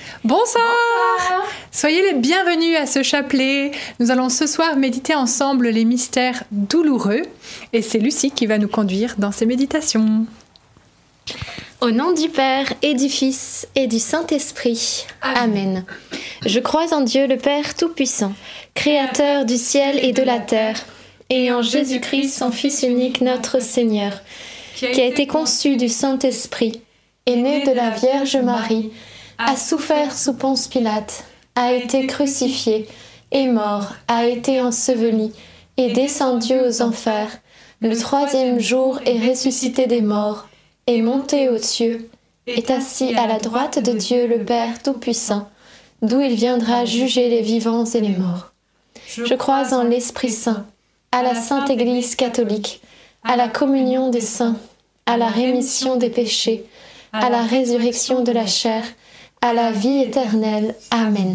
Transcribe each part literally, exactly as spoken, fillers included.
Bonsoir. Bonsoir. Soyez les bienvenus à ce chapelet. Nous allons ce soir méditer ensemble les mystères douloureux et c'est Lucie qui va nous conduire dans ces méditations. Au nom du Père et du Fils et du Saint-Esprit. Amen. Amen. Je crois en Dieu le Père Tout-Puissant, Créateur du ciel et de la terre, et en Jésus-Christ, son Fils unique, notre Seigneur, qui a été conçu du Saint-Esprit, est né de la Vierge Marie, a souffert sous Ponce Pilate, a été crucifié, est mort, a été enseveli, est descendu aux enfers, le troisième jour est ressuscité des morts, est monté aux cieux, est assis à la droite de Dieu le Père Tout-Puissant, d'où il viendra juger les vivants et les morts. Je crois en l'Esprit Saint, à la Sainte Église catholique, à la communion des saints, à la rémission des péchés, à la résurrection de la chair, à la vie éternelle. Amen.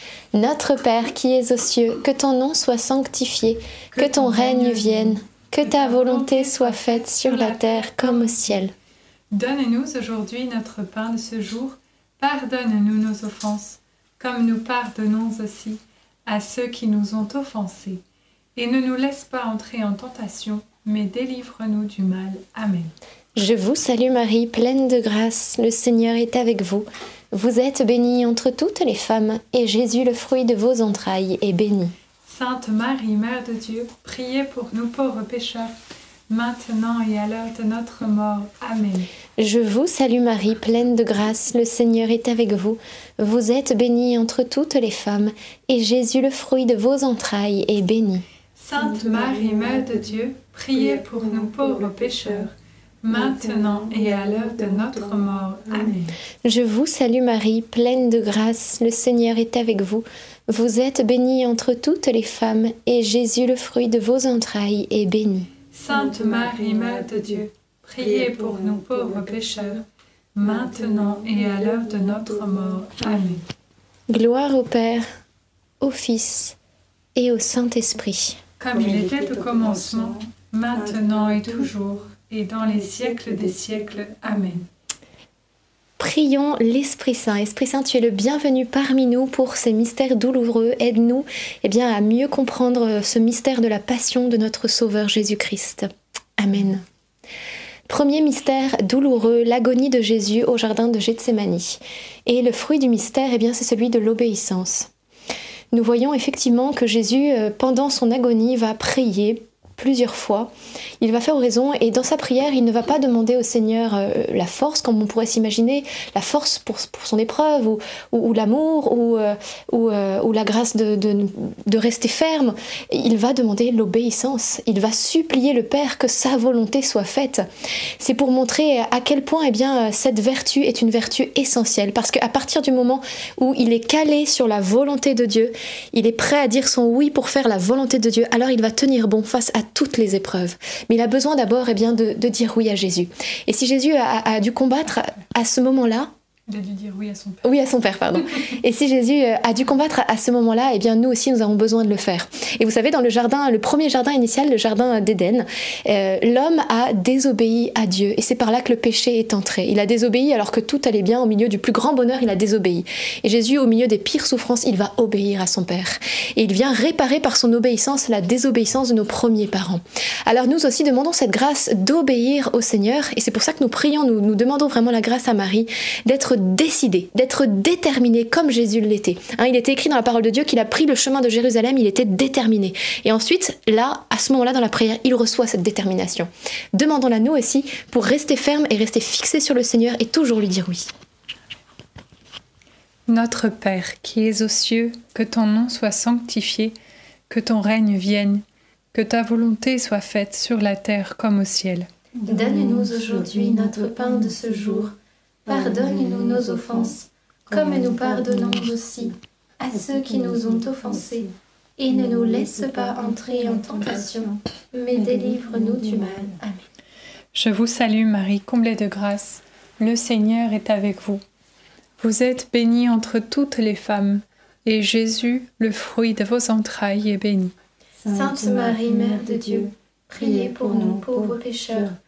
Notre Père qui es aux cieux, que ton nom soit sanctifié, que ton règne vienne, que ta volonté soit faite sur la terre comme au ciel. Donne-nous aujourd'hui notre pain de ce jour. Pardonne-nous nos offenses, comme nous pardonnons aussi à ceux qui nous ont offensés. Et ne nous laisse pas entrer en tentation, mais délivre-nous du mal. Amen. Je vous salue Marie, pleine de grâce, le Seigneur est avec vous. Vous êtes bénie entre toutes les femmes, et Jésus, le fruit de vos entrailles, est béni. Sainte Marie, Mère de Dieu, priez pour nous pauvres pécheurs, maintenant et à l'heure de notre mort. Amen. Je vous salue Marie, pleine de grâce, le Seigneur est avec vous. Vous êtes bénie entre toutes les femmes, et Jésus, le fruit de vos entrailles, est béni. Sainte Marie, Mère de Dieu, priez pour nous pauvres pécheurs, maintenant et à l'heure de notre mort. Amen. Je vous salue Marie, pleine de grâce, le Seigneur est avec vous. Vous êtes bénie entre toutes les femmes, et Jésus, le fruit de vos entrailles, est béni. Sainte Marie, Mère de Dieu, priez pour nous pauvres pécheurs, maintenant et à l'heure de notre mort. Amen. Gloire au Père, au Fils et au Saint-Esprit. Comme il était au commencement, maintenant et toujours, et dans les siècles des siècles. Amen. Prions l'Esprit Saint. Esprit Saint, tu es le bienvenu parmi nous pour ces mystères douloureux. Aide-nous eh bien, à mieux comprendre ce mystère de la passion de notre Sauveur Jésus-Christ. Amen. Premier mystère douloureux, l'agonie de Jésus au jardin de Gethsémani. Et le fruit du mystère, eh bien, c'est celui de l'obéissance. Nous voyons effectivement que Jésus, pendant son agonie, va prier plusieurs fois. Il va faire oraison et dans sa prière, il ne va pas demander au Seigneur euh, la force, comme on pourrait s'imaginer, la force pour, pour son épreuve, ou, ou, ou l'amour, ou, euh, ou, euh, ou la grâce de, de, de rester ferme. Il va demander l'obéissance. Il va supplier le Père que sa volonté soit faite. C'est pour montrer à quel point eh bien, cette vertu est une vertu essentielle, parce qu'à partir du moment où il est calé sur la volonté de Dieu, il est prêt à dire son oui pour faire la volonté de Dieu, alors il va tenir bon face à toutes les épreuves. Mais il a besoin d'abord eh bien, de, de dire oui à Jésus. Et si Jésus a, a dû combattre à ce moment-là, il a dû dire oui à son Père. Oui, à son Père, pardon. Et si Jésus a dû combattre à ce moment-là, eh bien nous aussi, nous avons besoin de le faire. Et vous savez, dans le jardin, le premier jardin initial, le jardin d'Éden, euh, l'homme a désobéi à Dieu. Et c'est par là que le péché est entré. Il a désobéi alors que tout allait bien. Au milieu du plus grand bonheur, il a désobéi. Et Jésus, au milieu des pires souffrances, il va obéir à son Père. Et il vient réparer par son obéissance la désobéissance de nos premiers parents. Alors nous aussi, demandons cette grâce d'obéir au Seigneur. Et c'est pour ça que nous prions, nous, nous demandons vraiment la grâce à Marie d'être décidé, d'être déterminé comme Jésus l'était. Hein, il était écrit dans la parole de Dieu qu'il a pris le chemin de Jérusalem, il était déterminé. Et ensuite, là, à ce moment-là, dans la prière, il reçoit cette détermination. Demandons-la nous aussi pour rester ferme et rester fixé sur le Seigneur et toujours lui dire oui. Notre Père, qui es aux cieux, que ton nom soit sanctifié, que ton règne vienne, que ta volonté soit faite sur la terre comme au ciel. Donne-nous aujourd'hui notre pain de ce jour. Pardonne-nous nos offenses, comme nous pardonnons aussi à ceux qui nous ont offensés. Et ne nous laisse pas entrer en tentation, mais délivre-nous du mal. Amen. Je vous salue Marie, comblée de grâce. Le Seigneur est avec vous. Vous êtes bénie entre toutes les femmes, et Jésus, le fruit de vos entrailles, est béni. Sainte Marie, Mère de Dieu, priez pour nous pauvres pécheurs,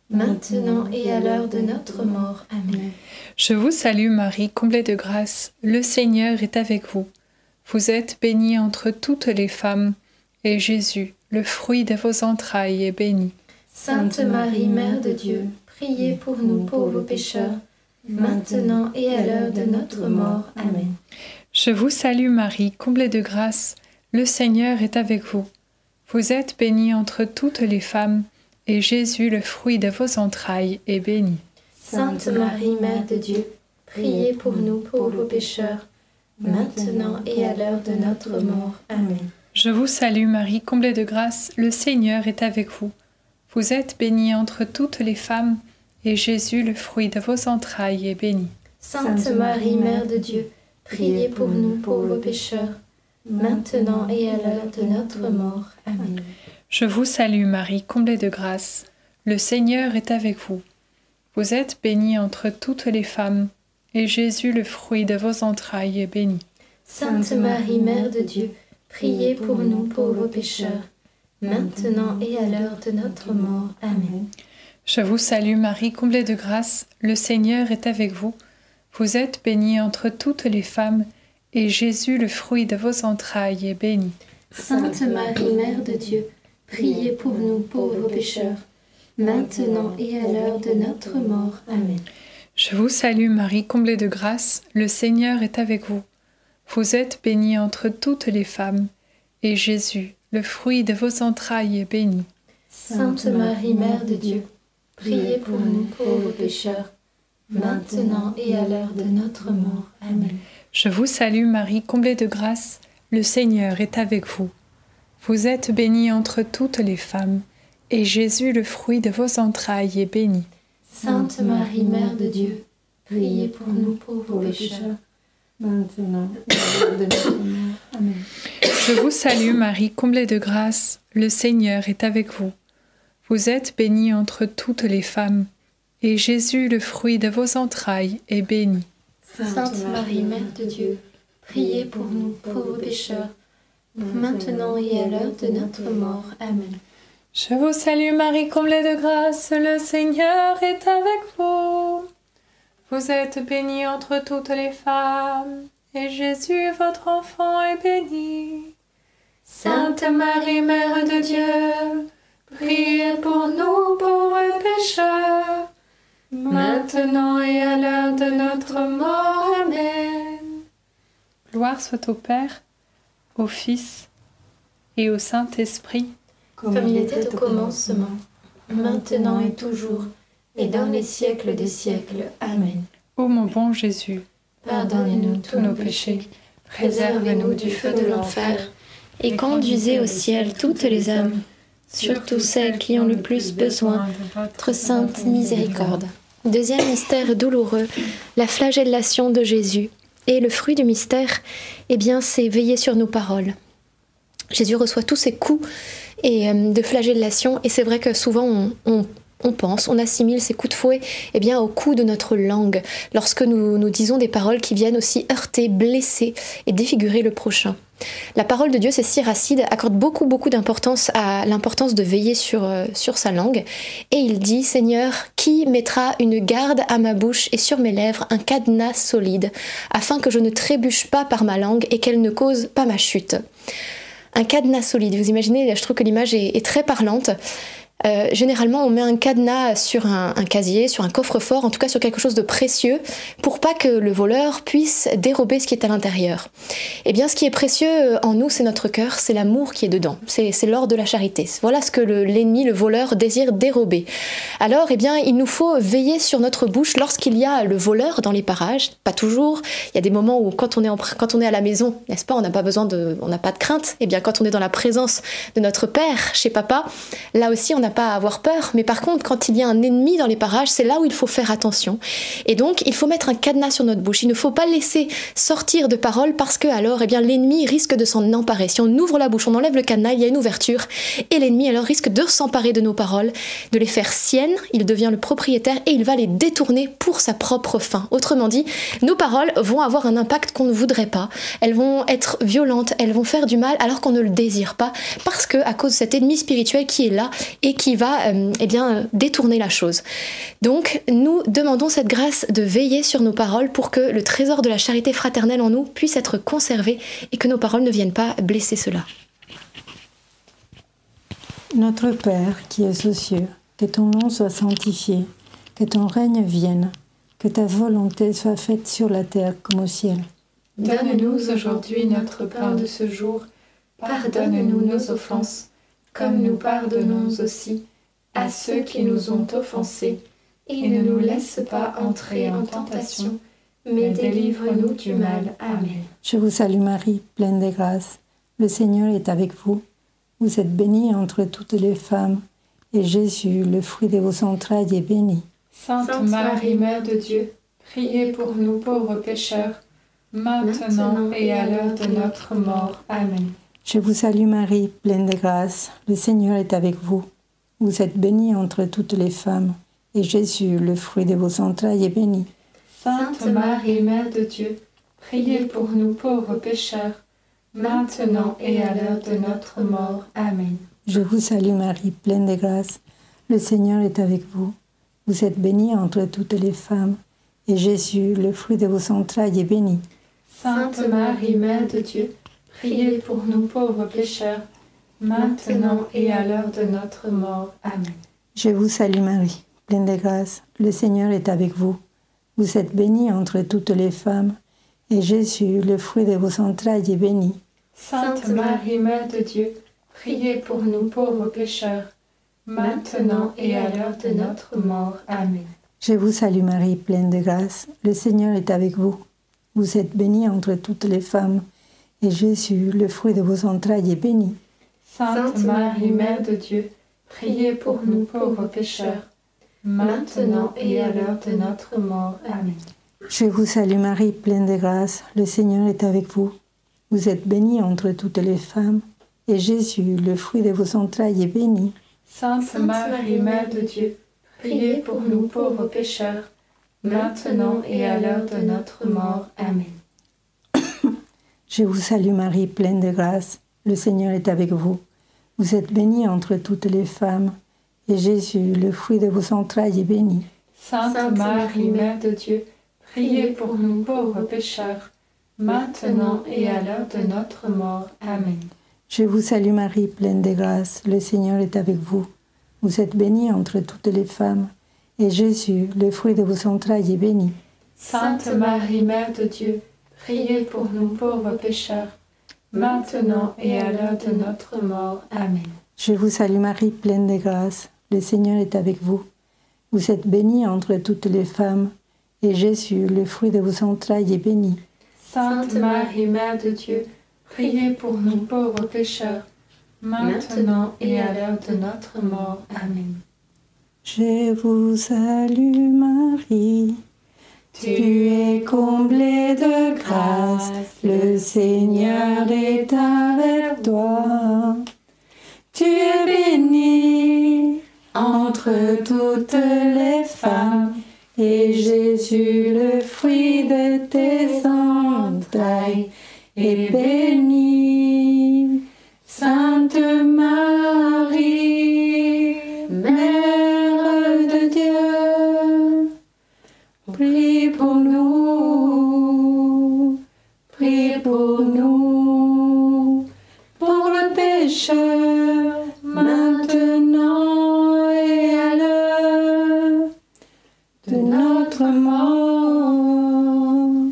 maintenant et à l'heure de notre mort. Amen. Je vous salue Marie, comblée de grâce, le Seigneur est avec vous. Vous êtes bénie entre toutes les femmes, et Jésus, le fruit de vos entrailles, est béni. Sainte Marie, Mère de Dieu, priez pour nous pauvres pécheurs, maintenant et à l'heure de notre mort. Amen. Je vous salue Marie, comblée de grâce, le Seigneur est avec vous. Vous êtes bénie entre toutes les femmes, et Jésus, le fruit de vos entrailles, est béni. Sainte Marie, Mère de Dieu, priez pour nous pauvres pécheurs, maintenant et à l'heure de notre mort. Amen. Je vous salue Marie, comblée de grâce, le Seigneur est avec vous. Vous êtes bénie entre toutes les femmes, et Jésus, le fruit de vos entrailles, est béni. Sainte Marie, Mère de Dieu, priez pour nous pauvres pécheurs, maintenant et à l'heure de notre mort. Amen. Je vous salue Marie, comblée de grâce, le Seigneur est avec vous. Vous êtes bénie entre toutes les femmes, et Jésus, le fruit de vos entrailles, est béni. Sainte Marie, Mère de Dieu, priez pour nous pauvres pécheurs, maintenant et à l'heure de notre mort. Amen. Je vous salue Marie, comblée de grâce, le Seigneur est avec vous. Vous êtes bénie entre toutes les femmes, et Jésus, le fruit de vos entrailles, est béni. Sainte Marie, Mère de Dieu, priez pour nous pauvres pécheurs, maintenant et à l'heure de notre mort. Amen. Je vous salue Marie, comblée de grâce, le Seigneur est avec vous. Vous êtes bénie entre toutes les femmes, et Jésus, le fruit de vos entrailles, est béni. Sainte Marie, Mère de Dieu, priez pour nous pauvres pécheurs, maintenant et à l'heure de notre mort. Amen. Je vous salue Marie, comblée de grâce, le Seigneur est avec vous. Vous êtes bénie entre toutes les femmes, et Jésus, le fruit de vos entrailles, est béni. Sainte Marie, Mère de Dieu, priez pour nous pauvres pécheurs, maintenant et à l'heure de notre mort. Amen. Je vous salue Marie, comblée de grâce, le Seigneur est avec vous. Vous êtes bénie entre toutes les femmes, et Jésus, le fruit de vos entrailles, est béni. Sainte Marie, Mère de Dieu, priez pour nous pauvres pécheurs, maintenant et à l'heure de notre mort. Amen. Je vous salue Marie, comblée de grâce, le Seigneur est avec vous. Vous êtes bénie entre toutes les femmes, et Jésus, votre enfant, est béni. Sainte Marie, Mère de Dieu, priez pour nous pauvres pécheurs, maintenant et à l'heure de notre mort. Amen. Gloire soit au Père, au Fils et au Saint-Esprit, comme il était au commencement, maintenant et toujours, et dans les siècles des siècles. Amen. Ô mon bon Jésus, pardonnez-nous tous nos péchés, préservez-nous du feu de l'enfer, et conduisez au ciel toutes les âmes, surtout celles qui ont le plus besoin de votre sainte miséricorde. Deuxième mystère douloureux, la flagellation de Jésus. Et le fruit du mystère, eh bien, c'est veiller sur nos paroles. Jésus reçoit tous ces coups et, euh, de flagellation, et c'est vrai que souvent on, on, on pense, on assimile ces coups de fouet eh bien, au coup de notre langue, lorsque nous, nous disons des paroles qui viennent aussi heurter, blesser et défigurer le prochain. La parole de Dieu, c'est Siracide, accorde beaucoup beaucoup d'importance à l'importance de veiller sur, euh, sur sa langue. Et il dit, Seigneur, qui mettra une garde à ma bouche et sur mes lèvres un cadenas solide, afin que je ne trébuche pas par ma langue et qu'elle ne cause pas ma chute. Un cadenas solide, vous imaginez, je trouve que l'image est, est très parlante. Euh, généralement, on met un cadenas sur un, un casier, sur un coffre-fort, en tout cas sur quelque chose de précieux, pour pas que le voleur puisse dérober ce qui est à l'intérieur. Eh bien, ce qui est précieux en nous, c'est notre cœur, c'est l'amour qui est dedans, c'est, c'est l'or de la charité. Voilà ce que le, l'ennemi, le voleur, désire dérober. Alors, eh bien, il nous faut veiller sur notre bouche lorsqu'il y a le voleur dans les parages. Pas toujours. Il y a des moments où, quand on est, en, quand on est à la maison, n'est-ce pas, on n'a pas besoin de, on n'a pas de crainte. Eh bien, quand on est dans la présence de notre Père, chez Papa, là aussi, on n'a pas à avoir peur, mais par contre, quand il y a un ennemi dans les parages, c'est là où il faut faire attention. Et donc, il faut mettre un cadenas sur notre bouche. Il ne faut pas laisser sortir de paroles parce que alors, eh bien, l'ennemi risque de s'en emparer. Si on ouvre la bouche, on enlève le cadenas, il y a une ouverture, et l'ennemi alors risque de s'emparer de nos paroles, de les faire siennes. Il devient le propriétaire et il va les détourner pour sa propre fin. Autrement dit, nos paroles vont avoir un impact qu'on ne voudrait pas. Elles vont être violentes, elles vont faire du mal alors qu'on ne le désire pas, parce que à cause de cet ennemi spirituel qui est là et qui va euh, eh bien, détourner la chose. Donc, nous demandons cette grâce de veiller sur nos paroles pour que le trésor de la charité fraternelle en nous puisse être conservé et que nos paroles ne viennent pas blesser cela. Notre Père qui es aux cieux, que ton nom soit sanctifié, que ton règne vienne, que ta volonté soit faite sur la terre comme au ciel. Donne-nous aujourd'hui notre pain de ce jour. Pardonne-nous nos offenses, comme nous pardonnons aussi à ceux qui nous ont offensés. Et ne nous laisse pas entrer en tentation, mais délivre-nous du mal. Amen. Je vous salue Marie, pleine de grâce. Le Seigneur est avec vous. Vous êtes bénie entre toutes les femmes, et Jésus, le fruit de vos entrailles, est béni. Sainte Marie, Mère de Dieu, priez pour nous pauvres pécheurs, maintenant et à l'heure de notre mort. Amen. Je vous salue Marie, pleine de grâce. Le Seigneur est avec vous. Vous êtes bénie entre toutes les femmes, et Jésus, le fruit de vos entrailles, est béni. Sainte Marie, Mère de Dieu, priez pour nous pauvres pécheurs, maintenant et à l'heure de notre mort. Amen. Je vous salue Marie, pleine de grâce. Le Seigneur est avec vous. Vous êtes bénie entre toutes les femmes, et Jésus, le fruit de vos entrailles, est béni. Sainte Marie, Mère de Dieu, priez pour nous pauvres pécheurs, maintenant et à l'heure de notre mort. Amen. Je vous salue Marie, pleine de grâce. Le Seigneur est avec vous. Vous êtes bénie entre toutes les femmes, et Jésus, le fruit de vos entrailles, est béni. Sainte Marie, Mère de Dieu, priez pour nous pauvres pécheurs, maintenant et à l'heure de notre mort. Amen. Je vous salue Marie, pleine de grâce. Le Seigneur est avec vous. Vous êtes bénie entre toutes les femmes, et Jésus, le fruit de vos entrailles, est béni. Sainte Marie, Mère de Dieu, priez pour nous pauvres pécheurs, maintenant et à l'heure de notre mort. Amen. Je vous salue Marie, pleine de grâce. Le Seigneur est avec vous. Vous êtes bénie entre toutes les femmes, et Jésus, le fruit de vos entrailles, est béni. Sainte Marie, Mère de Dieu, priez pour nous pauvres pécheurs, maintenant et à l'heure de notre mort. Amen. Je vous salue Marie, pleine de grâce. Le Seigneur est avec vous. Vous êtes bénie entre toutes les femmes, et Jésus, le fruit de vos entrailles, est béni. Sainte Marie, Mère de Dieu, priez pour nous pauvres pécheurs, maintenant et à l'heure de notre mort. Amen. Je vous salue Marie, pleine de grâce. Le Seigneur est avec vous. Vous êtes bénie entre toutes les femmes, et Jésus, le fruit de vos entrailles, est béni. Sainte Marie, Mère de Dieu, priez pour nous pauvres pécheurs, maintenant et à l'heure de notre mort. Amen. Je vous salue Marie, pleine de grâce. Le Seigneur est avec vous. Vous êtes bénie entre toutes les femmes, et Jésus, le fruit de vos entrailles, est béni. Sainte Marie, Mère de Dieu, priez pour nous pauvres pécheurs, maintenant et à l'heure de notre mort. Amen. Je vous salue Marie, tu es comblée de grâce, le Seigneur est avec toi. Tu es bénie entre toutes les femmes, et Jésus, le fruit de tes entrailles, est béni. Sainte Marie, Mère de Dieu, prie pour nous, prie pour nous, pour le pécheur, maintenant et à l'heure de notre mort.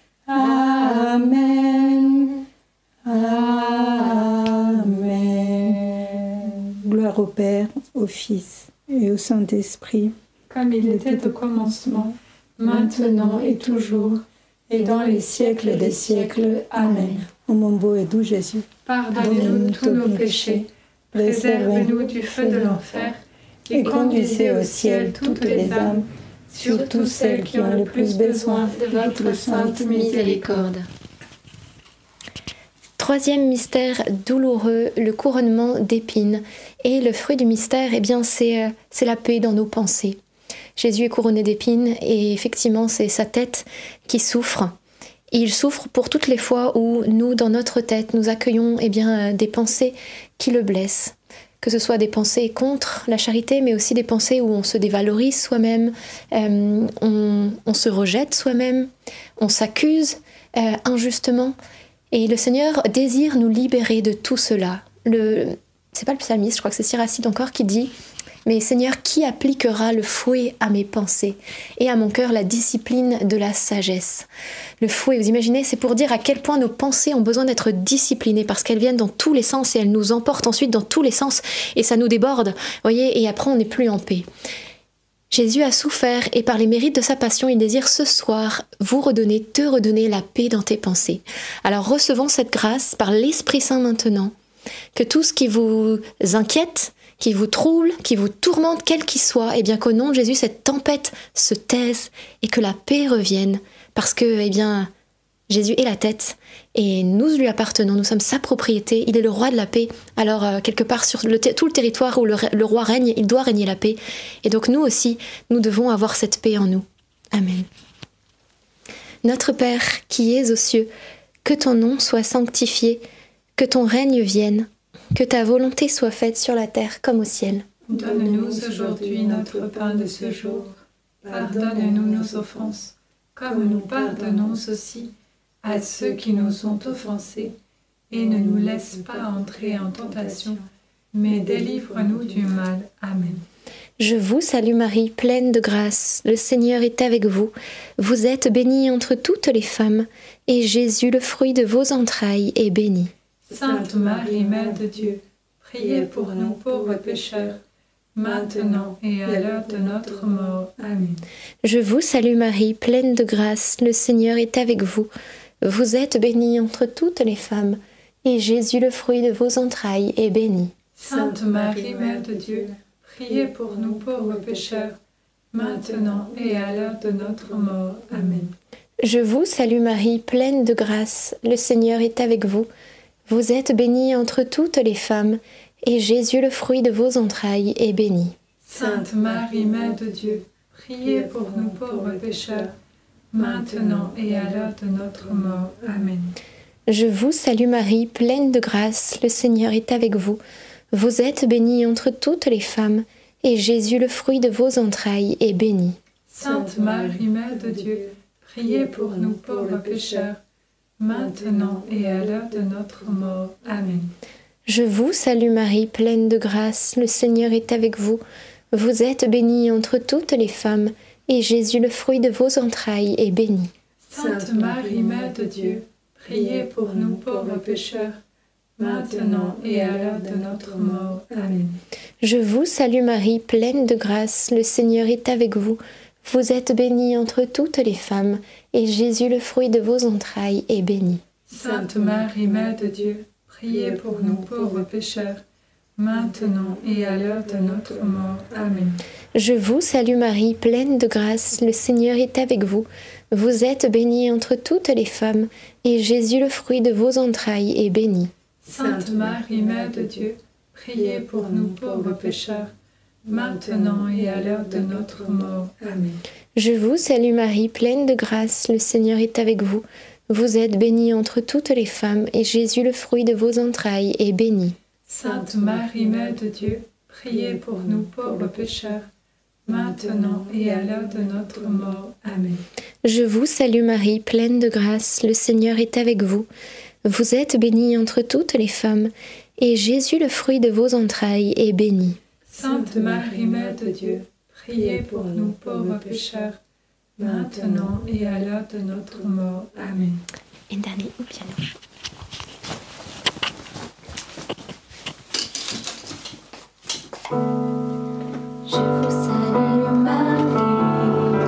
Amen. Amen. Gloire au Père, au Fils et au Saint-Esprit, comme il était au commencement, maintenant et toujours, et dans les siècles des siècles. Amen. Ô mon beau et doux Jésus, pardonnez-nous tous nos péchés, préservez-nous du feu de l'enfer, et conduisez au ciel toutes les âmes, surtout celles qui ont le plus besoin de votre sainte miséricorde. Troisième mystère douloureux, le couronnement d'épines. Et le fruit du mystère, eh bien, c'est, euh, c'est la paix dans nos pensées. Jésus est couronné d'épines et effectivement, c'est sa tête qui souffre. Et il souffre pour toutes les fois où nous, dans notre tête, nous accueillons eh bien, des pensées qui le blessent. que ce soit des pensées contre la charité, mais aussi des pensées où on se dévalorise soi-même, euh, on, on se rejette soi-même, on s'accuse euh, injustement. Et le Seigneur désire nous libérer de tout cela. Le, c'est pas le psalmiste, je crois que c'est Siracide encore qui dit « Mais Seigneur, qui appliquera le fouet à mes pensées et à mon cœur la discipline de la sagesse ?» Le fouet, vous imaginez, c'est pour dire à quel point nos pensées ont besoin d'être disciplinées parce qu'elles viennent dans tous les sens et elles nous emportent ensuite dans tous les sens et ça nous déborde, voyez, et après on n'est plus en paix. Jésus a souffert et par les mérites de sa passion, il désire ce soir vous redonner, te redonner la paix dans tes pensées. Alors recevons cette grâce par l'Esprit Saint maintenant, que tout ce qui vous inquiète, qui vous trouble, qui vous tourmente, quel qu'il soit, et bien qu'au nom de Jésus, cette tempête se taise et que la paix revienne, parce que, eh bien, Jésus est la tête et nous lui appartenons, nous sommes sa propriété, il est le roi de la paix. Alors, euh, quelque part sur le tout le territoire où le, le roi règne, il doit régner la paix. Et donc nous aussi, nous devons avoir cette paix en nous. Amen. Notre Père qui es aux cieux, que ton nom soit sanctifié, que ton règne vienne, que ta volonté soit faite sur la terre comme au ciel. Donne-nous aujourd'hui notre pain de ce jour. Pardonne-nous nos offenses, comme nous pardonnons aussi à ceux qui nous ont offensés. Et ne nous laisse pas entrer en tentation, mais délivre-nous du mal. Amen. Je vous salue Marie, pleine de grâce. Le Seigneur est avec vous. Vous êtes bénie entre toutes les femmes, et Jésus, le fruit de vos entrailles, est béni. Sainte Marie, Mère de Dieu, priez pour nous pauvres pécheurs, maintenant et à l'heure de notre mort. Amen. Je vous salue Marie, pleine de grâce, le Seigneur est avec vous. Vous êtes bénie entre toutes les femmes, et Jésus, le fruit de vos entrailles, est béni. Sainte Marie, Mère de Dieu, priez pour nous pauvres pécheurs, maintenant et à l'heure de notre mort. Amen. Je vous salue Marie, pleine de grâce, le Seigneur est avec vous. Vous êtes bénie entre toutes les femmes, et Jésus, le fruit de vos entrailles, est béni. Sainte Marie, Mère de Dieu, priez pour nous pauvres pécheurs, maintenant et à l'heure de notre mort. Amen. Je vous salue Marie, pleine de grâce, le Seigneur est avec vous. Vous êtes bénie entre toutes les femmes, et Jésus, le fruit de vos entrailles, est béni. Sainte Marie, Mère de Dieu, priez pour nous pauvres pécheurs, maintenant et à l'heure de notre mort. Amen. Je vous salue Marie, pleine de grâce, le Seigneur est avec vous. Vous êtes bénie entre toutes les femmes, et Jésus, le fruit de vos entrailles, est béni. Sainte Marie, Mère de Dieu, priez pour nous pauvres pécheurs, maintenant et à l'heure de notre mort. Amen. Je vous salue Marie, pleine de grâce, le Seigneur est avec vous. Vous êtes bénie entre toutes les femmes, et Jésus, le fruit de vos entrailles, est béni. Sainte Marie, Mère de Dieu, priez pour nous pauvres pécheurs, maintenant et à l'heure de notre mort. Amen. Je vous salue Marie, pleine de grâce, le Seigneur est avec vous. Vous êtes bénie entre toutes les femmes, et Jésus, le fruit de vos entrailles, est béni. Sainte Marie, Mère de Dieu, priez pour nous pauvres pécheurs, maintenant et à l'heure de notre mort. Amen. Je vous salue Marie, pleine de grâce, le Seigneur est avec vous. Vous êtes bénie entre toutes les femmes, et Jésus, le fruit de vos entrailles, est béni. Sainte Marie, Mère de Dieu, priez pour nous pauvres pécheurs, maintenant et à l'heure de notre mort. Amen. Je vous salue Marie, pleine de grâce, le Seigneur est avec vous. Vous êtes bénie entre toutes les femmes, et Jésus, le fruit de vos entrailles, est béni. Sainte Marie, Mère de Dieu, priez pour nous pauvres pécheurs, maintenant et à l'heure de notre mort. Amen. Et dernier au piano. Je vous salue Marie,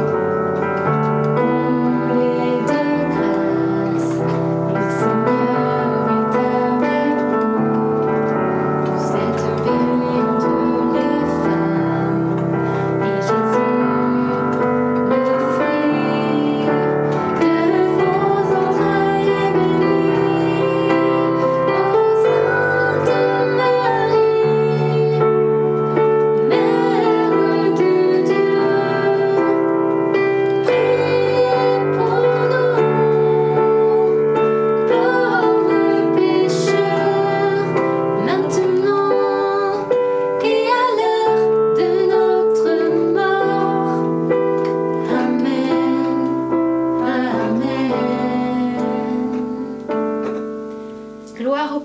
comblée de grâce, le Seigneur est avec vous. Vous êtes bénie entre les femmes, et Jésus, le fruit de vos entrailles, est béni.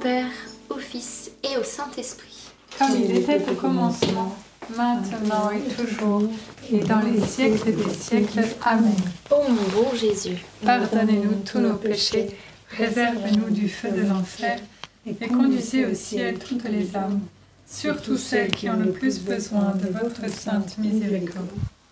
Père, au Fils et au Saint-Esprit. Comme il était au commencement, maintenant et toujours, et dans les siècles des siècles. Amen. Ô mon bon Jésus, pardonnez-nous tous nos péchés, préservez-nous du feu de l'enfer, et conduisez au ciel toutes les âmes, surtout celles qui ont le plus besoin de votre sainte miséricorde.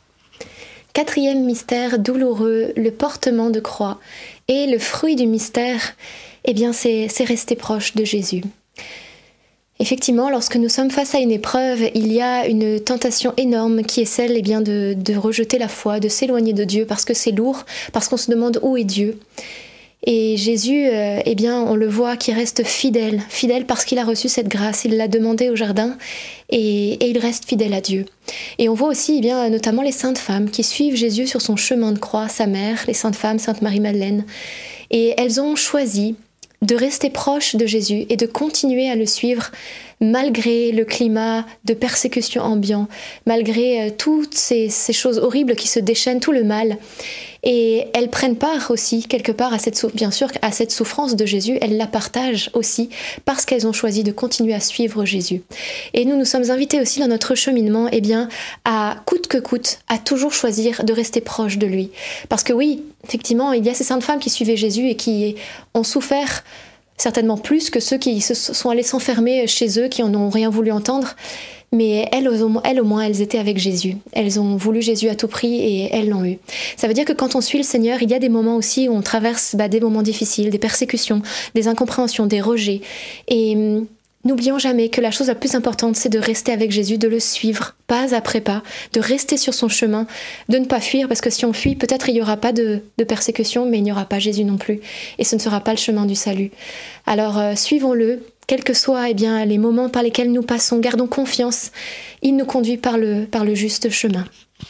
Quatrième mystère douloureux, le portement de croix. Et le fruit du mystère, eh bien, c'est, c'est rester proche de Jésus. Effectivement, lorsque nous sommes face à une épreuve, il y a une tentation énorme qui est celle eh bien, de, de rejeter la foi, de s'éloigner de Dieu parce que c'est lourd, parce qu'on se demande où est Dieu. Et Jésus, euh, eh bien, on le voit qui reste fidèle, fidèle parce qu'il a reçu cette grâce, il l'a demandé au jardin et, et il reste fidèle à Dieu. Et on voit aussi eh bien, notamment les saintes femmes qui suivent Jésus sur son chemin de croix, sa mère, les saintes femmes, Sainte Marie-Madeleine. Et elles ont choisi de rester proches de Jésus et de continuer à le suivre malgré le climat de persécution ambiant, malgré euh, toutes ces, ces choses horribles qui se déchaînent, tout le mal. Et elles prennent part aussi, quelque part, à cette, bien sûr, à cette souffrance de Jésus. Elles la partagent aussi parce qu'elles ont choisi de continuer à suivre Jésus. Et nous, nous sommes invités aussi dans notre cheminement, eh bien, à coûte que coûte, à toujours choisir de rester proche de lui. Parce que oui, effectivement, il y a ces saintes femmes qui suivaient Jésus et qui ont souffert certainement plus que ceux qui se sont allés s'enfermer chez eux, qui n'en ont rien voulu entendre. Mais elles, elles, au moins, elles étaient avec Jésus. Elles ont voulu Jésus à tout prix et elles l'ont eu. Ça veut dire que quand on suit le Seigneur, il y a des moments aussi où on traverse bah, des moments difficiles, des persécutions, des incompréhensions, des rejets. Et hum, n'oublions jamais que la chose la plus importante, c'est de rester avec Jésus, de le suivre, pas après pas, de rester sur son chemin, de ne pas fuir, parce que si on fuit, peut-être il n'y aura pas de, de persécution, mais il n'y aura pas Jésus non plus. Et ce ne sera pas le chemin du salut. Alors, euh, suivons-le. Quels que soient eh bien, les moments par lesquels nous passons, gardons confiance, il nous conduit par le, par le juste chemin.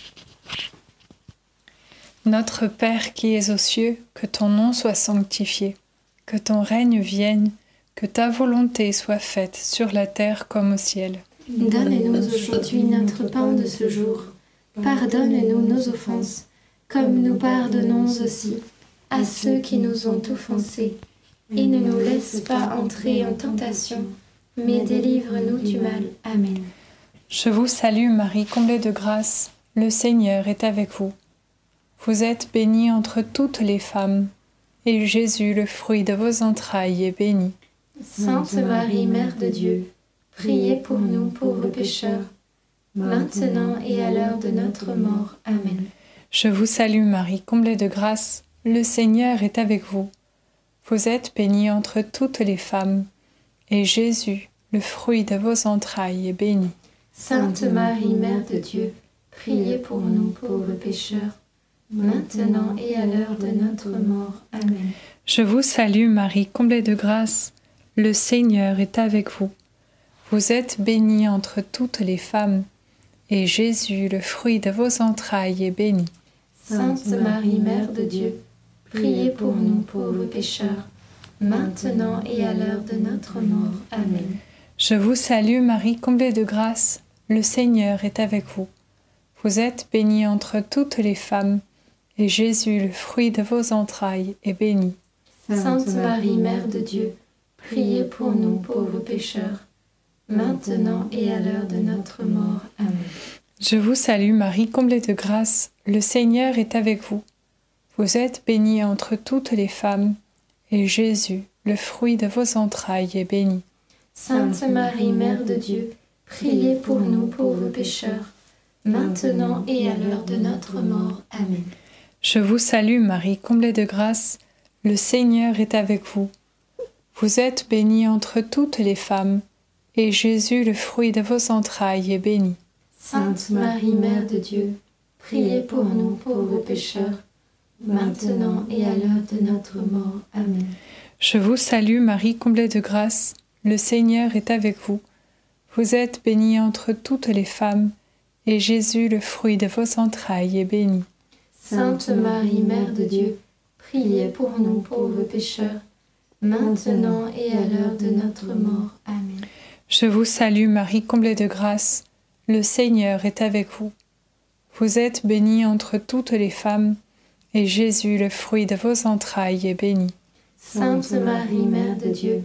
Notre Père qui es aux cieux, que ton nom soit sanctifié, que ton règne vienne, que ta volonté soit faite sur la terre comme au ciel. Donne-nous aujourd'hui notre pain de ce jour. Pardonne-nous nos offenses, comme nous pardonnons aussi à ceux qui nous ont offensés. Et ne nous laisse pas entrer en tentation, mais délivre-nous du mal. Amen. Je vous salue Marie, comblée de grâce, le Seigneur est avec vous. Vous êtes bénie entre toutes les femmes, et Jésus, le fruit de vos entrailles, est béni. Sainte Marie, Mère de Dieu, priez pour nous pauvres pécheurs, maintenant et à l'heure de notre mort. Amen. Je vous salue Marie, comblée de grâce, le Seigneur est avec vous. Vous êtes bénie entre toutes les femmes, et Jésus, le fruit de vos entrailles, est béni. Sainte Marie, Mère de Dieu, priez pour nous pauvres pécheurs, maintenant et à l'heure de notre mort. Amen. Je vous salue Marie, comblée de grâce, le Seigneur est avec vous. Vous êtes bénie entre toutes les femmes, et Jésus, le fruit de vos entrailles, est béni. Sainte Marie, Mère de Dieu, priez pour nous pauvres pécheurs, maintenant et à l'heure de notre mort. Amen. Je vous salue Marie, comblée de grâce, le Seigneur est avec vous. Vous êtes bénie entre toutes les femmes, et Jésus, le fruit de vos entrailles, est béni. Sainte Marie, Mère de Dieu, priez pour nous pauvres pécheurs, maintenant et à l'heure de notre mort. Amen. Je vous salue Marie, comblée de grâce, le Seigneur est avec vous. Vous êtes bénie entre toutes les femmes, et Jésus, le fruit de vos entrailles, est béni. Sainte Marie, Mère de Dieu, priez pour nous pauvres pécheurs, maintenant et à l'heure de notre mort. Amen. Je vous salue Marie, comblée de grâce, le Seigneur est avec vous. Vous êtes bénie entre toutes les femmes, et Jésus, le fruit de vos entrailles, est béni. Sainte Marie, Mère de Dieu, priez pour nous pauvres pécheurs, maintenant et à l'heure de notre mort. Amen. Je vous salue Marie, comblée de grâce, le Seigneur est avec vous. Vous êtes bénie entre toutes les femmes, et Jésus, le fruit de vos entrailles, est béni. Sainte Marie, Mère de Dieu, priez pour nous pauvres pécheurs, maintenant et à l'heure de notre mort. Amen. Je vous salue Marie, comblée de grâce, le Seigneur est avec vous. Vous êtes bénie entre toutes les femmes, et Jésus, le fruit de vos entrailles, est béni. Sainte Marie, Mère de Dieu,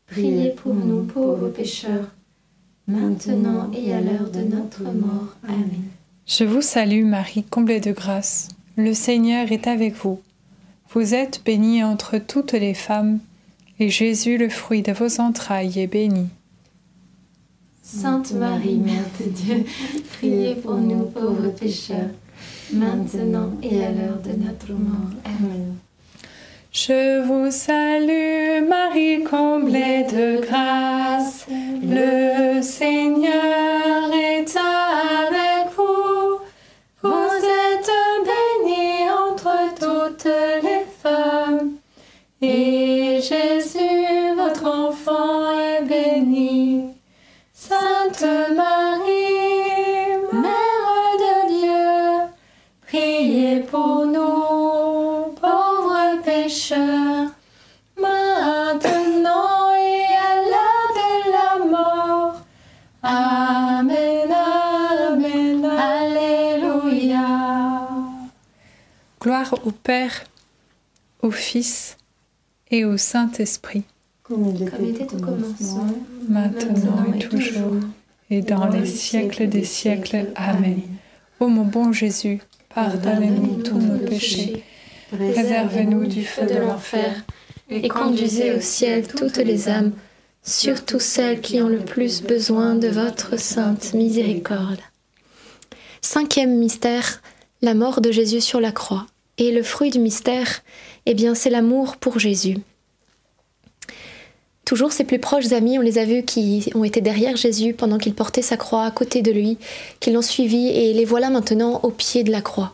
priez pour nous pauvres pécheurs, maintenant et à l'heure de notre mort. Amen. Je vous salue Marie, comblée de grâce. Le Seigneur est avec vous. Vous êtes bénie entre toutes les femmes, et Jésus, le fruit de vos entrailles, est béni. Sainte Marie, Mère de Dieu, priez pour nous pauvres pécheurs, maintenant et à l'heure de notre mort. Amen. Je vous salue Marie, comblée de grâce. Le Seigneur est avec vous. Vous êtes bénie entre toutes les femmes, et Jésus, votre enfant, est béni. Sainte Marie, Mère de Dieu, priez pour nous, pauvres pécheurs, maintenant et à l'heure de la mort. Amen, amen, alléluia. Gloire au Père, au Fils et au Saint-Esprit, comme il Comme était au commencement, maintenant et toujours, et dans les siècles des siècles. Amen. Ô mon bon Jésus, pardonnez-nous tous nos péchés, préservez-nous du feu de l'enfer, Et conduisez au ciel toutes les âmes, surtout celles qui ont le plus besoin de votre sainte miséricorde. Cinquième mystère, la mort de Jésus sur la croix. Et le fruit du mystère, eh bien, c'est l'amour pour Jésus. Toujours ses plus proches amis, on les a vus qui ont été derrière Jésus pendant qu'il portait sa croix à côté de lui, qui l'ont suivi et les voilà maintenant au pied de la croix.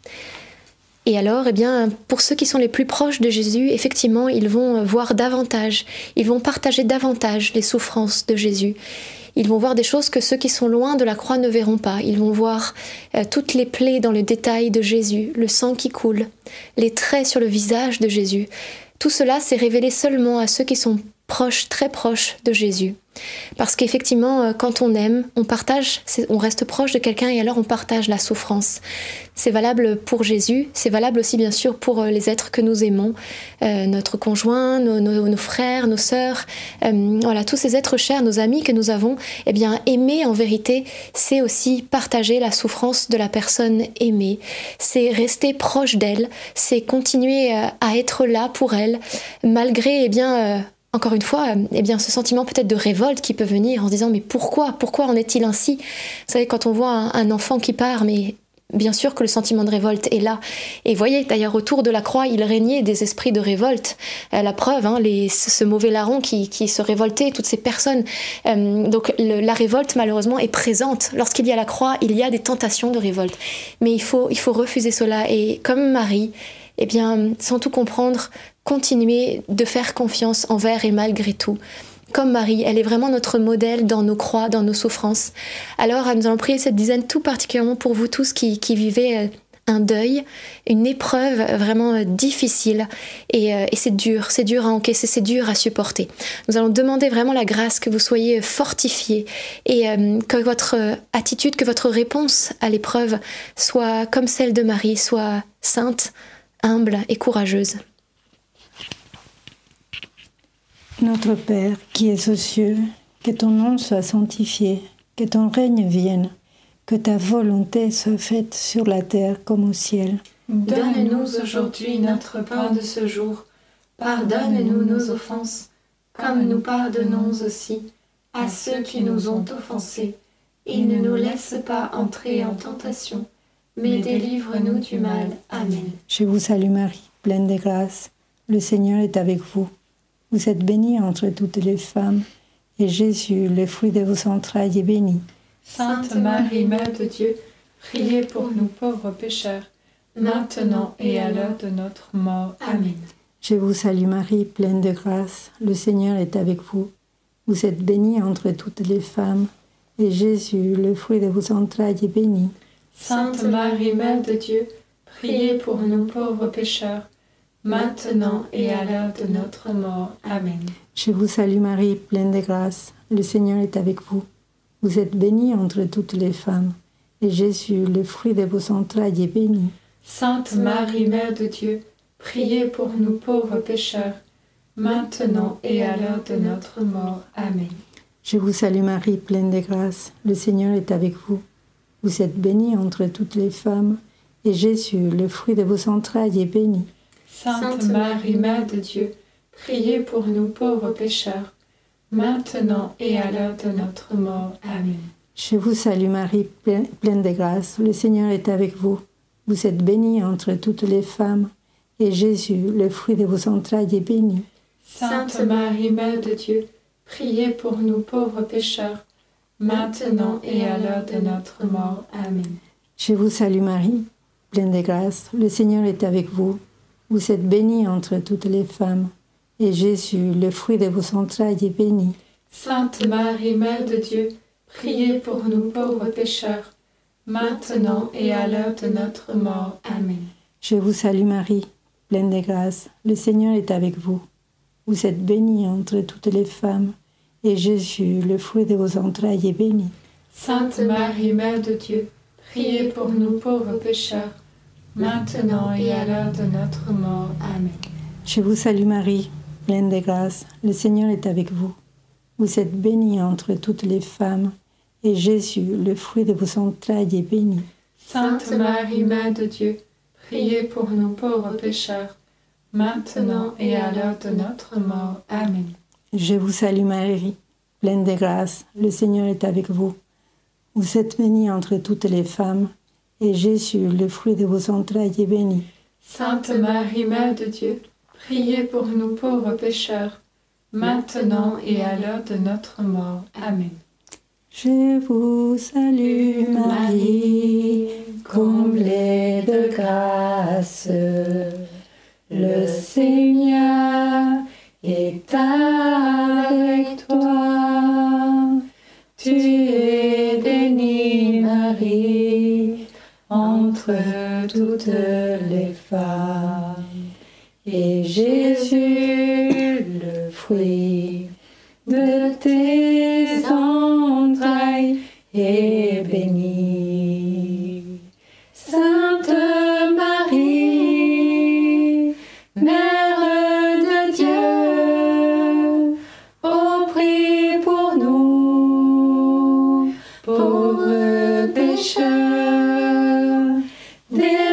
Et alors, eh bien, pour ceux qui sont les plus proches de Jésus, effectivement, ils vont voir davantage, ils vont partager davantage les souffrances de Jésus. Ils vont voir des choses que ceux qui sont loin de la croix ne verront pas. Ils vont voir euh, toutes les plaies dans le détail de Jésus, le sang qui coule, les traits sur le visage de Jésus. Tout cela s'est révélé seulement à ceux qui sont proches, très proches de Jésus. Parce qu'effectivement, quand on aime, on partage, on reste proche de quelqu'un et alors on partage la souffrance. C'est valable pour Jésus, c'est valable aussi bien sûr pour les êtres que nous aimons, euh, notre conjoint, nos, nos, nos frères, nos sœurs, euh, voilà, tous ces êtres chers, nos amis que nous avons. Eh bien, aimer en vérité, c'est aussi partager la souffrance de la personne aimée. C'est rester proche d'elle, c'est continuer à être là pour elle, malgré, eh bien, euh, encore une fois, eh bien, ce sentiment peut-être de révolte qui peut venir en se disant « mais pourquoi Pourquoi en est-il ainsi ?» Vous savez, quand on voit un, un enfant qui part, mais bien sûr que le sentiment de révolte est là. Et voyez, d'ailleurs, autour de la croix, il régnait des esprits de révolte. Euh, la preuve, hein, les, ce mauvais larron qui, qui se révoltait, toutes ces personnes. Euh, donc le, la révolte, malheureusement, est présente. Lorsqu'il y a la croix, il y a des tentations de révolte. Mais il faut, il faut refuser cela. Et comme Marie, eh bien, sans tout comprendre, continuer de faire confiance envers et malgré tout. Comme Marie, elle est vraiment notre modèle dans nos croix, dans nos souffrances. Alors, nous allons prier cette dizaine tout particulièrement pour vous tous qui, qui vivez un deuil, une épreuve vraiment difficile. Et, et c'est dur, c'est dur à encaisser, c'est dur à supporter. Nous allons demander vraiment la grâce que vous soyez fortifiés et euh, que votre attitude, que votre réponse à l'épreuve soit comme celle de Marie, soit sainte, humble et courageuse. Notre Père qui es aux cieux, que ton nom soit sanctifié, que ton règne vienne, que ta volonté soit faite sur la terre comme au ciel. Donne-nous aujourd'hui notre pain de ce jour. Pardonne-nous nos offenses, comme nous pardonnons aussi à ceux qui nous ont offensés. Et ne nous laisse pas entrer en tentation, mais délivre-nous du mal. Amen. Je vous salue Marie, pleine de grâce. Le Seigneur est avec vous. Vous êtes bénie entre toutes les femmes, et Jésus, le fruit de vos entrailles, est béni. Sainte Marie, Mère de Dieu, priez pour nous pauvres pécheurs, maintenant et à l'heure de notre mort. Amen. Je vous salue Marie, pleine de grâce. Le Seigneur est avec vous. Vous êtes bénie entre toutes les femmes, et Jésus, le fruit de vos entrailles, est béni. Sainte Marie, Mère de Dieu, priez pour nous pauvres pécheurs, maintenant et à l'heure de notre mort. Amen. Je vous salue Marie, pleine de grâce. Le Seigneur est avec vous. Vous êtes bénie entre toutes les femmes, et Jésus, le fruit de vos entrailles, est béni. Sainte Marie, Mère de Dieu, priez pour nous pauvres pécheurs, maintenant et à l'heure de notre mort. Amen. Je vous salue Marie, pleine de grâce, le Seigneur est avec vous. Vous êtes bénie entre toutes les femmes, et Jésus, le fruit de vos entrailles, est béni. Sainte Marie, Mère de Dieu, priez pour nous pauvres pécheurs, maintenant et à l'heure de notre mort. Amen. Je vous salue Marie, pleine de grâce, le Seigneur est avec vous. Vous êtes bénie entre toutes les femmes, et Jésus, le fruit de vos entrailles, est béni. Sainte Marie, Mère de Dieu, priez pour nous pauvres pécheurs, maintenant et à l'heure de notre mort. Amen. Je vous salue Marie, pleine de grâce, le Seigneur est avec vous. Vous êtes bénie entre toutes les femmes, et Jésus, le fruit de vos entrailles, est béni. Sainte Marie, Mère de Dieu, priez pour nous pauvres pécheurs, maintenant et à l'heure de notre mort. Amen. Je vous salue Marie, pleine de grâce, le Seigneur est avec vous. Vous êtes bénie entre toutes les femmes, et Jésus, le fruit de vos entrailles, est béni. Sainte Marie, Mère de Dieu, priez pour nous pauvres pécheurs, maintenant et à l'heure de notre mort. Amen. Je vous salue Marie, pleine de grâce, le Seigneur est avec vous. Vous êtes bénie entre toutes les femmes, et Jésus, le fruit de vos entrailles, est béni. Sainte Marie, Mère de Dieu, priez pour nous pauvres pécheurs, maintenant et à l'heure de notre mort. Amen. Je vous salue Marie, pleine de grâce, le Seigneur est avec vous. Vous êtes bénie entre toutes les femmes, et Jésus, le fruit de vos entrailles, est béni. Sainte Marie, Mère de Dieu, priez pour nous pauvres pécheurs, maintenant et à l'heure de notre mort. Amen. Je vous salue Marie, comblée de grâce, le Seigneur est avec toi. Tu es bénie Marie, entre toutes les femmes, et Jésus, le fruit de tes entrailles, est béni. Sainte Marie, Mère de Dieu, ô prie pour nous, pauvres pécheurs, dès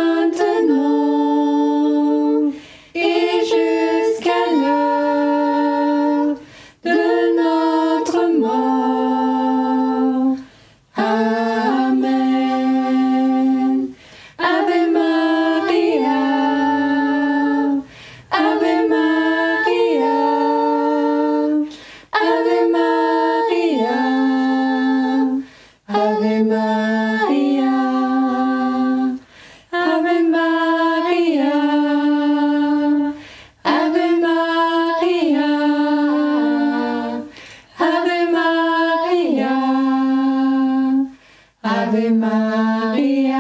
maintenant et jusqu'à l'heure de notre mort. Amen. Ave Maria, Ave Maria, Ave Maria, Ave Maria, Ave Maria, Ave Maria, Ave Maria, Ave Maria,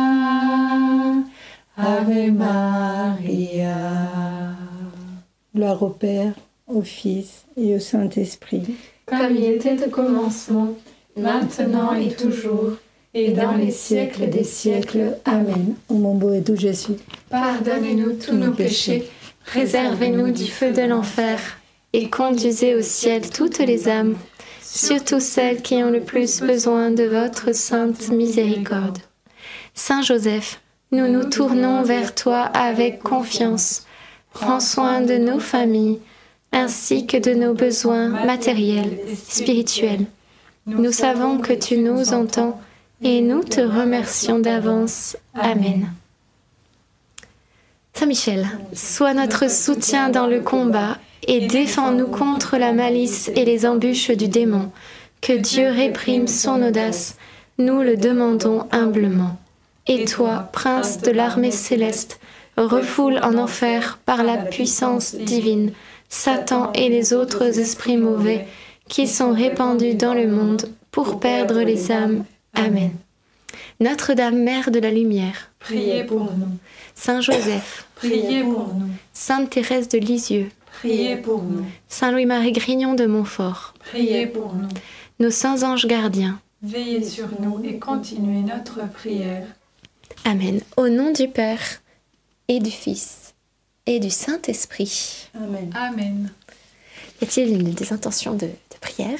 Ave Maria. Gloire au Père, au Fils et au Saint-Esprit, comme il était au commencement, maintenant et toujours, et dans les siècles des siècles. Amen. Ô mon beau et doux Jésus, Pardonnez-nous tous nos péchés, Préservez-nous du feu de l'enfer et conduisez au ciel toutes les âmes, surtout celles qui ont le plus besoin de votre sainte miséricorde. Saint Joseph, nous nous tournons vers toi avec confiance. Prends soin de nos familles, ainsi que de nos besoins matériels et spirituels. Nous savons que tu nous entends et nous te remercions d'avance. Amen. Saint Michel, sois notre soutien dans le combat et défends-nous contre la malice et les embûches du démon. Que Dieu réprime son audace, nous le demandons humblement. Et toi, prince de l'armée céleste, refoule en enfer par la puissance divine Satan et les autres esprits mauvais qui sont répandus dans le monde pour perdre les âmes. Amen. Notre-Dame, Mère de la Lumière, priez pour nous. Saint Joseph, Priez pour nous. Sainte Thérèse de Lisieux, Priez pour nous. Saint Louis-Marie Grignon de Montfort, Priez pour nous. nos saints anges gardiens. Veillez sur nous et continuez notre prière. Amen. Au nom du Père et du Fils et du Saint-Esprit. Amen. Amen. Y a-t-il des intentions de, de prière?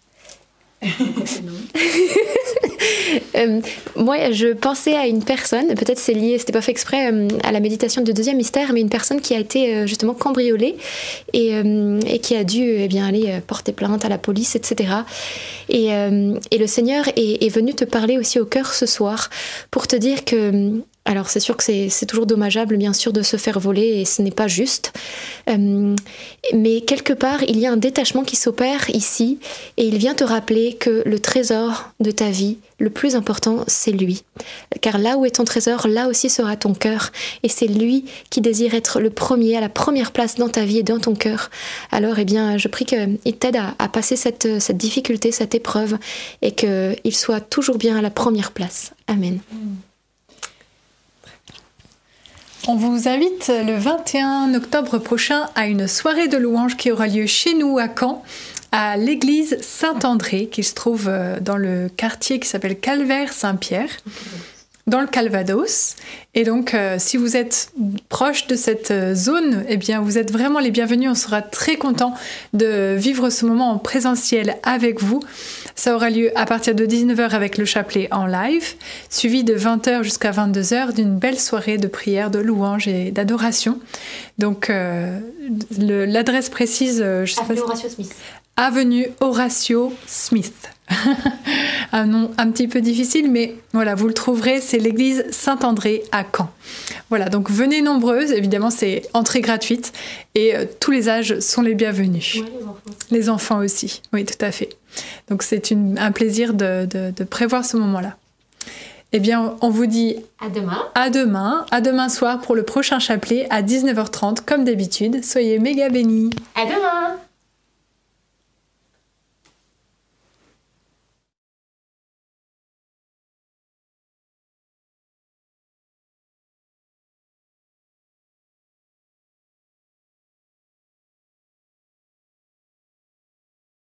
euh, moi, je pensais à une personne, peut-être c'est lié, c'était pas fait exprès, euh, à la méditation du deuxième mystère, mais une personne qui a été euh, justement cambriolée et, euh, et qui a dû eh bien, aller euh, porter plainte à la police, et cetera. Et, euh, et le Seigneur est, est venu te parler aussi au cœur ce soir pour te dire que... Alors c'est sûr que c'est, c'est toujours dommageable bien sûr de se faire voler et ce n'est pas juste. Euh, mais quelque part il y a un détachement qui s'opère ici et il vient te rappeler que le trésor de ta vie, le plus important c'est lui. Car là où est ton trésor, là aussi sera ton cœur et c'est lui qui désire être le premier, à la première place dans ta vie et dans ton cœur. Alors eh bien je prie qu'il t'aide à, à passer cette, cette difficulté, cette épreuve et qu'il soit toujours bien à la première place. Amen. Mm. On vous invite le vingt et un octobre prochain à une soirée de louanges qui aura lieu chez nous à Caen, à l'église Saint-André, qui se trouve dans le quartier qui s'appelle Calvaire-Saint-Pierre, dans le Calvados. Et donc, euh, si vous êtes proche de cette zone, eh bien, vous êtes vraiment les bienvenus. On sera très contents de vivre ce moment en présentiel avec vous. Ça aura lieu à partir de dix-neuf heures avec le chapelet en live, suivi de vingt heures jusqu'à vingt-deux heures d'une belle soirée de prière, de louange et d'adoration. Donc, euh, le, l'adresse précise... Je sais Avenue pas, Horatio Smith. Avenue Horatio Smith. Un nom un petit peu difficile, mais voilà, vous le trouverez, c'est l'église Saint-André à Caen. Voilà, donc venez nombreuses, évidemment c'est entrée gratuite et euh, tous les âges sont les bienvenus. Ouais, les enfants. Les enfants aussi, oui, tout à fait. Donc c'est une, un plaisir de, de, de prévoir ce moment-là. Eh bien, on vous dit à demain. À demain, à demain soir pour le prochain chapelet à dix-neuf heures trente, comme d'habitude. Soyez méga bénis. À demain.